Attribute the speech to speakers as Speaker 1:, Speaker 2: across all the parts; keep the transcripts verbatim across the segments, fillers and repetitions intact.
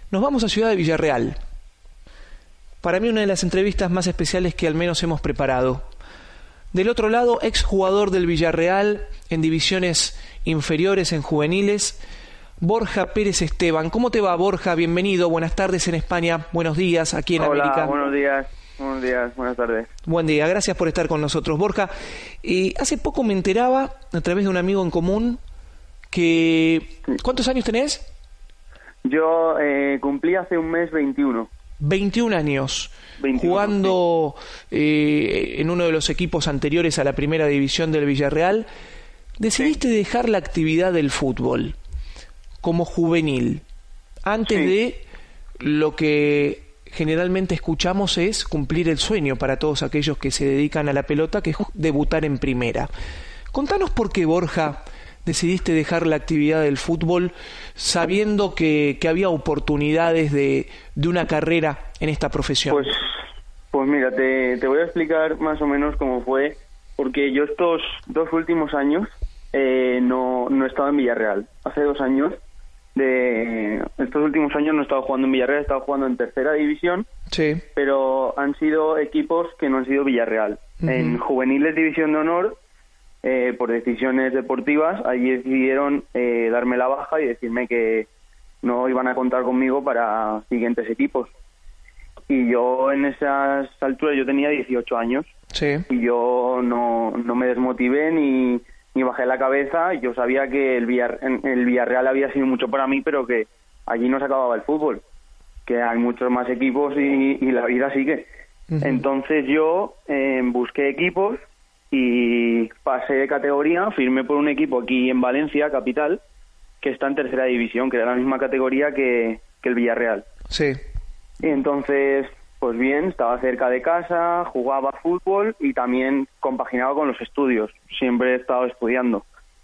Speaker 1: Nos vamos a Ciudad de Villarreal. Para mí una de las entrevistas más especiales que al menos hemos preparado. Del otro lado, exjugador del Villarreal en divisiones inferiores, en juveniles, Borja Pérez Esteban. ¿Cómo te va, Borja? Bienvenido, buenas tardes en España, buenos días aquí en
Speaker 2: Hola,
Speaker 1: América.
Speaker 2: buenos días, buenos días, buenas tardes.
Speaker 1: Buen día, gracias por estar con nosotros. Borja, eh, hace poco me enteraba, a través de un amigo en común, que... ¿Cuántos años tenés?
Speaker 2: Yo eh, cumplí hace un mes veintiuno.
Speaker 1: veintiún años,
Speaker 2: veintiuno,
Speaker 1: jugando sí. eh, en uno de los equipos anteriores a la primera división del Villarreal. Decidiste sí. dejar la actividad del fútbol como juvenil, antes sí. de lo que generalmente escuchamos es cumplir el sueño para todos aquellos que se dedican a la pelota, que es debutar en primera. Contanos por qué, Borja, decidiste dejar la actividad del fútbol sabiendo que, que había oportunidades de, de una carrera en esta profesión.
Speaker 2: Pues, pues mira, te, te voy a explicar más o menos cómo fue, porque yo estos dos últimos años eh, no, no he estado en Villarreal. Hace dos años, de estos últimos años no he estado jugando en Villarreal, he estado jugando en tercera división, sí. pero han sido equipos que no han sido Villarreal. Uh-huh. En juveniles división de honor, Eh, por decisiones deportivas, allí decidieron eh, darme la baja y decirme que no iban a contar conmigo para siguientes equipos. Y yo en esas alturas, yo tenía dieciocho años, sí. y yo no, no me desmotivé ni, ni bajé la cabeza. Yo sabía que el, Villar, el Villarreal había sido mucho para mí, pero que allí no se acababa el fútbol, que hay muchos más equipos y, y la vida sigue. Uh-huh. Entonces yo eh, busqué equipos y pasé de categoría, firmé por un equipo aquí en Valencia, capital, que está en tercera división, que era la misma categoría que, que el Villarreal. Sí. Y entonces, pues bien, estaba cerca de casa, jugaba fútbol y también compaginaba con los estudios. Siempre he estado estudiando.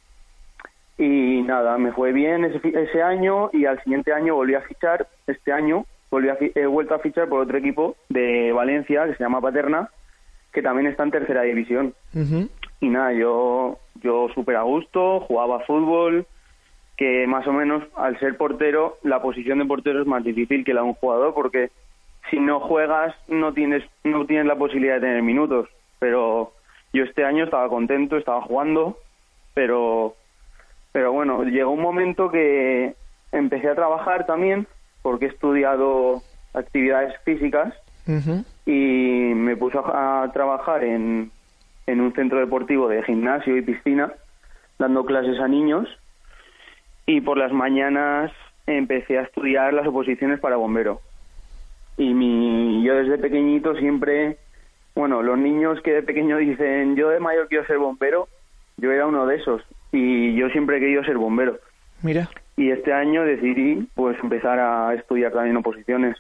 Speaker 2: Y nada, me fue bien ese, ese año y al siguiente año volví a fichar. Este año volví a, he vuelto a fichar por otro equipo de Valencia, que se llama Paterna, que también está en tercera división. Uh-huh. Y nada, yo yo súper a gusto, jugaba fútbol, que más o menos al ser portero, la posición de portero es más difícil que la de un jugador, porque si no juegas no tienes no tienes la posibilidad de tener minutos. Pero yo este año estaba contento, estaba jugando, pero pero bueno, llegó un momento que empecé a trabajar también, porque he estudiado actividades físicas. Uh-huh. Y me puse a, a trabajar en, en un centro deportivo de gimnasio y piscina, dando clases a niños, y por las mañanas empecé a estudiar las oposiciones para bombero. Y mi, yo desde pequeñito siempre, bueno, los niños que de pequeño dicen, yo de mayor quiero ser bombero, yo era uno de esos, y yo siempre he querido ser bombero.
Speaker 1: Mira.
Speaker 2: Y este año decidí pues empezar a estudiar también oposiciones.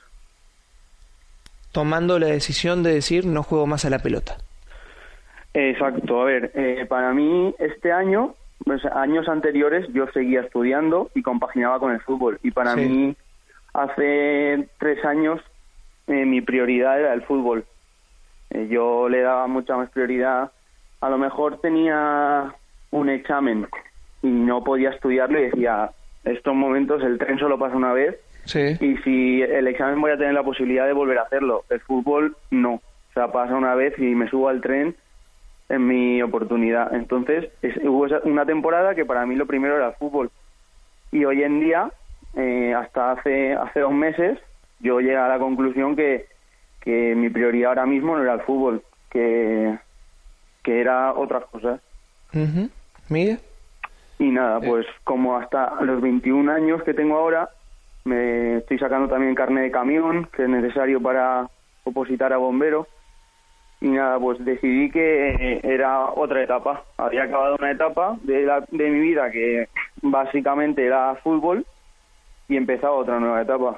Speaker 1: Tomando la decisión de decir, no juego más a la pelota.
Speaker 2: Exacto, a ver, eh, para mí este año, pues años anteriores, yo seguía estudiando y compaginaba con el fútbol. Y para sí. mí, hace tres años, eh, mi prioridad era el fútbol. Eh, yo le daba mucha más prioridad. A lo mejor tenía un examen y no podía estudiarlo y decía, estos momentos el tren solo pasa una vez. Sí. Y si el examen voy a tener la posibilidad de volver a hacerlo. El fútbol no. O sea, pasa una vez y me subo al tren en mi oportunidad. Entonces, es, hubo una temporada que para mí lo primero era el fútbol. Y hoy en día, eh, hasta hace hace dos meses, yo llegué a la conclusión que, que mi prioridad ahora mismo no era el fútbol, que, que era otras cosas.
Speaker 1: Uh-huh. Mira.
Speaker 2: Y nada, pues como hasta los veintiún años que tengo ahora, me estoy sacando también carnet de camión, que es necesario para opositar a bombero. Y nada, pues decidí que era otra etapa. Había acabado una etapa de, la, de mi vida que básicamente era fútbol y empezaba otra nueva etapa.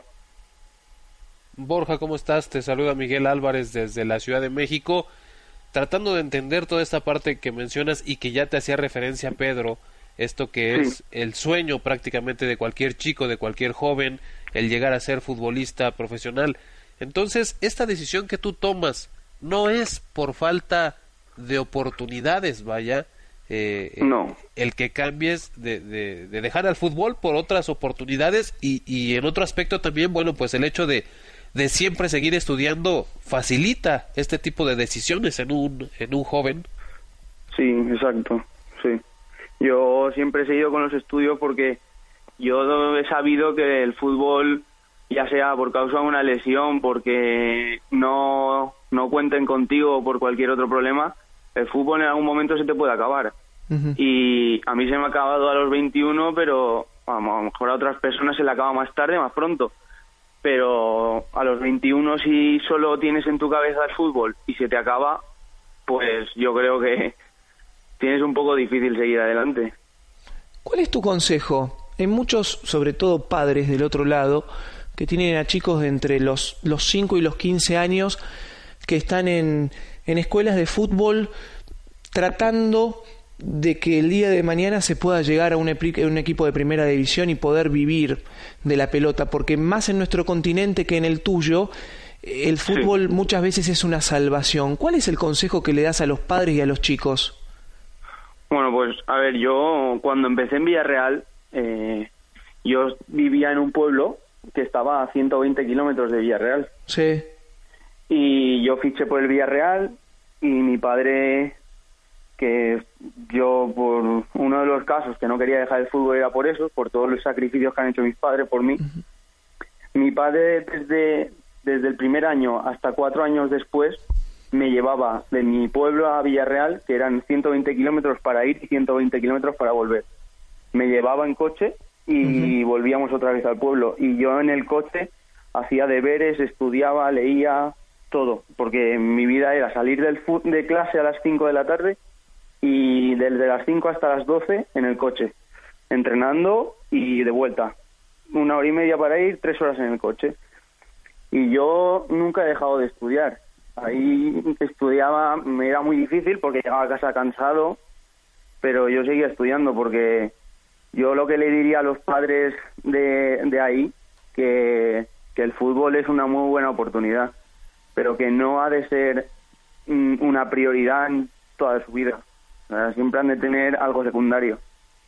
Speaker 3: Borja, ¿cómo estás? Te saluda Miguel Álvarez desde la Ciudad de México, tratando de entender toda esta parte que mencionas y que ya te hacía referencia Pedro. Esto que es sí. el sueño prácticamente de cualquier chico, de cualquier joven, el llegar a ser futbolista profesional. Entonces, esta decisión que tú tomas no es por falta de oportunidades, vaya, eh,
Speaker 2: no.
Speaker 3: el que cambies de, de, de dejar al fútbol por otras oportunidades y, y en otro aspecto también, bueno, pues el hecho de, de siempre seguir estudiando facilita este tipo de decisiones en un, en un joven.
Speaker 2: Sí, exacto, sí. Yo siempre he seguido con los estudios porque yo he sabido que el fútbol, ya sea por causa de una lesión, porque no, no cuenten contigo o por cualquier otro problema, el fútbol en algún momento se te puede acabar. Uh-huh. Y a mí se me ha acabado a los veintiuno, pero vamos, a lo mejor a otras personas se le acaba más tarde, más pronto. Pero a los veintiuno, si solo tienes en tu cabeza el fútbol y se te acaba, pues yo creo que tienes un poco difícil seguir adelante.
Speaker 1: ¿Cuál es tu consejo? Hay muchos, sobre todo padres del otro lado, que tienen a chicos de entre los, los cinco y los quince años que están en, en escuelas de fútbol tratando de que el día de mañana se pueda llegar a un, epi- un equipo de primera división y poder vivir de la pelota, porque más en nuestro continente que en el tuyo, el fútbol sí. muchas veces es una salvación. ¿Cuál es el consejo que le das a los padres y a los chicos?
Speaker 2: Bueno, pues a ver, yo cuando empecé en Villarreal, eh, yo vivía en un pueblo que estaba a ciento veinte kilómetros de Villarreal.
Speaker 1: Sí.
Speaker 2: Y yo fiché por el Villarreal y mi padre, que yo por uno de los casos que no quería dejar el fútbol era por eso, por todos los sacrificios que han hecho mis padres por mí. Uh-huh. Mi padre desde, desde el primer año hasta cuatro años después me llevaba de mi pueblo a Villarreal, que eran ciento veinte kilómetros para ir y ciento veinte kilómetros para volver. Me llevaba en coche y uh-huh. volvíamos otra vez al pueblo. Y yo en el coche hacía deberes, estudiaba, leía, todo. Porque mi vida era salir del fu- de clase a las cinco de la tarde y desde las cinco hasta las doce en el coche, entrenando y de vuelta. Una hora y media para ir, tres horas en el coche. Y yo nunca he dejado de estudiar. Ahí estudiaba, me era muy difícil porque llegaba a casa cansado, pero yo seguía estudiando porque yo lo que le diría a los padres de, de ahí, que, que el fútbol es una muy buena oportunidad, pero que no ha de ser mm, una prioridad en toda su vida. O sea, siempre han de tener algo secundario.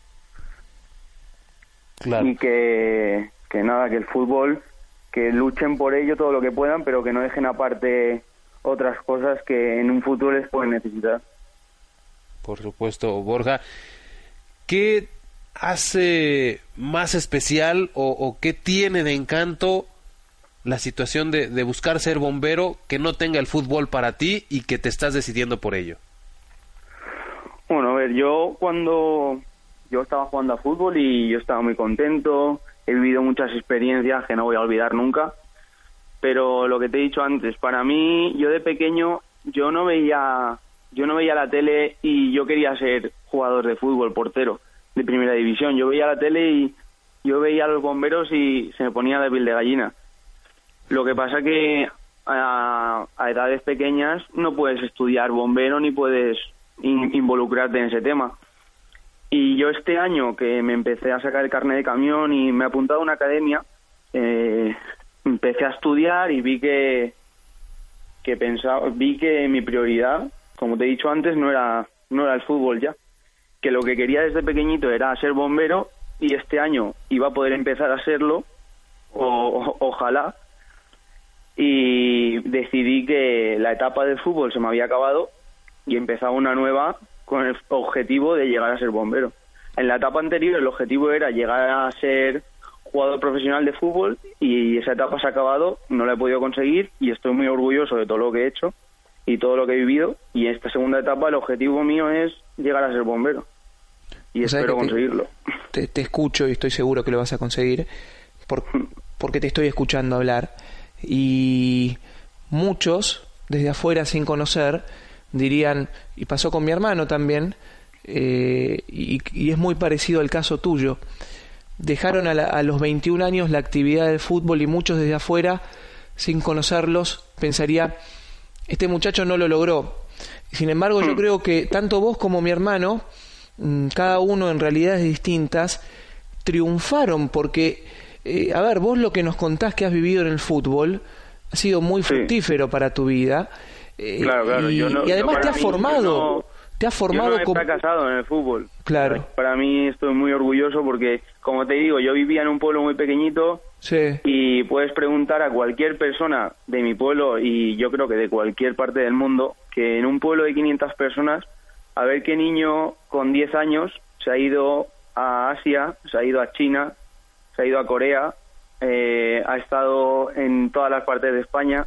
Speaker 3: Claro.
Speaker 2: Y que, que nada, que el fútbol, que luchen por ello todo lo que puedan, pero que no dejen aparte otras cosas que en un futuro les pueden necesitar.
Speaker 3: Por supuesto, Borja. ¿Qué hace más especial o, o qué tiene de encanto la situación de, de buscar ser bombero que no tenga el fútbol para ti y que te estás decidiendo por ello?
Speaker 2: Bueno, a ver, yo cuando yo estaba jugando a fútbol y yo estaba muy contento, he vivido muchas experiencias que no voy a olvidar nunca. Pero lo que te he dicho antes, para mí, yo de pequeño, yo no veía yo no veía la tele y yo quería ser jugador de fútbol, portero de primera división. Yo veía la tele y yo veía a los bomberos y se me ponía la piel de gallina. Lo que pasa que a, a edades pequeñas no puedes estudiar bombero ni puedes in, involucrarte en ese tema. Y yo este año que me empecé a sacar el carnet de camión y me he apuntado a una academia, eh, empecé a estudiar y vi que que pensaba, vi que mi prioridad, como te he dicho antes, no era no era el fútbol ya, que lo que quería desde pequeñito era ser bombero y este año iba a poder empezar a serlo, o, o, ojalá, y decidí que la etapa del fútbol se me había acabado y empezaba una nueva con el objetivo de llegar a ser bombero. En la etapa anterior el objetivo era llegar a ser jugador profesional de fútbol y esa etapa se ha acabado, no la he podido conseguir y estoy muy orgulloso de todo lo que he hecho y todo lo que he vivido, y en esta segunda etapa el objetivo mío es llegar a ser bombero y espero conseguirlo.
Speaker 1: Te, te escucho y estoy seguro que lo vas a conseguir por, porque te estoy escuchando hablar, y muchos desde afuera sin conocer dirían, y pasó con mi hermano también, eh, y, y es muy parecido al caso tuyo, dejaron a, la, a los veintiún años la actividad del fútbol y muchos desde afuera, sin conocerlos, pensaría, este muchacho no lo logró. Sin embargo, yo creo que tanto vos como mi hermano, cada uno en realidades distintas, triunfaron porque, eh, a ver, vos lo que nos contás que has vivido en el fútbol ha sido muy fructífero sí. para tu vida. Eh,
Speaker 2: claro, claro.
Speaker 1: Y,
Speaker 2: yo no,
Speaker 1: y además te has formado,
Speaker 2: no...
Speaker 1: te has formado
Speaker 2: yo no he
Speaker 1: como...
Speaker 2: fracasado en el fútbol.
Speaker 1: Claro.
Speaker 2: Para mí estoy muy orgulloso porque, como te digo, yo vivía en un pueblo muy pequeñito.
Speaker 1: Sí.
Speaker 2: Y puedes preguntar a cualquier persona de mi pueblo, y yo creo que de cualquier parte del mundo, que en un pueblo de quinientas personas, a ver qué niño con diez años se ha ido a Asia, se ha ido a China, se ha ido a Corea, eh, ha estado en todas las partes de España,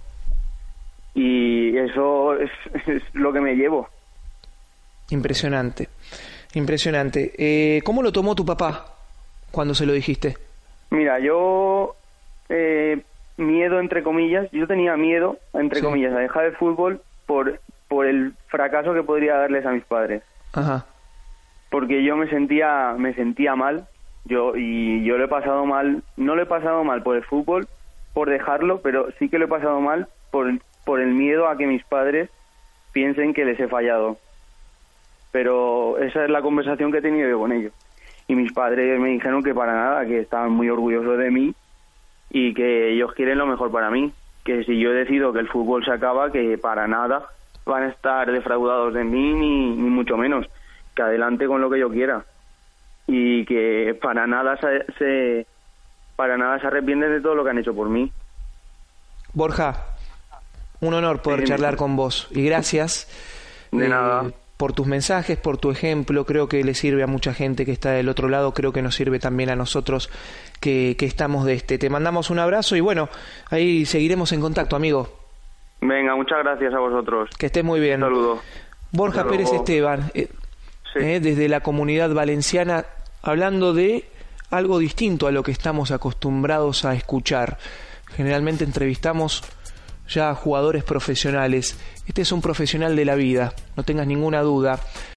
Speaker 2: y eso es, es lo que me llevo.
Speaker 1: Impresionante, impresionante. Eh, ¿Cómo lo tomó tu papá cuando se lo dijiste?
Speaker 2: Mira, yo, eh, miedo entre comillas, yo tenía miedo, entre
Speaker 1: Sí.
Speaker 2: comillas, a dejar el fútbol por, por el fracaso que podría darles a mis padres.
Speaker 1: Ajá.
Speaker 2: Porque yo me sentía, me sentía mal, yo y yo lo he pasado mal, no lo he pasado mal por el fútbol, por dejarlo, pero sí que lo he pasado mal por, por el miedo a que mis padres piensen que les he fallado. Pero esa es la conversación que he tenido yo con ellos. Y mis padres me dijeron que para nada, que estaban muy orgullosos de mí y que ellos quieren lo mejor para mí. Que si yo decido que el fútbol se acaba, que para nada van a estar defraudados de mí, ni, ni mucho menos. Que adelante con lo que yo quiera. Y que para nada se, se, para nada se arrepienten de todo lo que han hecho por mí.
Speaker 1: Borja, un honor poder
Speaker 2: Sí,
Speaker 1: charlar
Speaker 2: sí.
Speaker 1: con vos. Y gracias.
Speaker 2: De
Speaker 1: eh,
Speaker 2: nada.
Speaker 1: Por tus mensajes, por tu ejemplo, creo que le sirve a mucha gente que está del otro lado, creo que nos sirve también a nosotros que, que estamos de este. Te mandamos un abrazo y bueno, ahí seguiremos en contacto, amigo.
Speaker 2: Venga, muchas gracias a vosotros.
Speaker 1: Que estés muy bien.
Speaker 2: Un saludo.
Speaker 1: Borja
Speaker 2: Hasta
Speaker 1: Pérez
Speaker 2: luego.
Speaker 1: Esteban, eh,
Speaker 2: Sí.
Speaker 1: eh, desde la comunidad valenciana, hablando de algo distinto a lo que estamos acostumbrados a escuchar. Generalmente entrevistamos ya a jugadores profesionales. Este es un profesional de la vida, no tengas ninguna duda.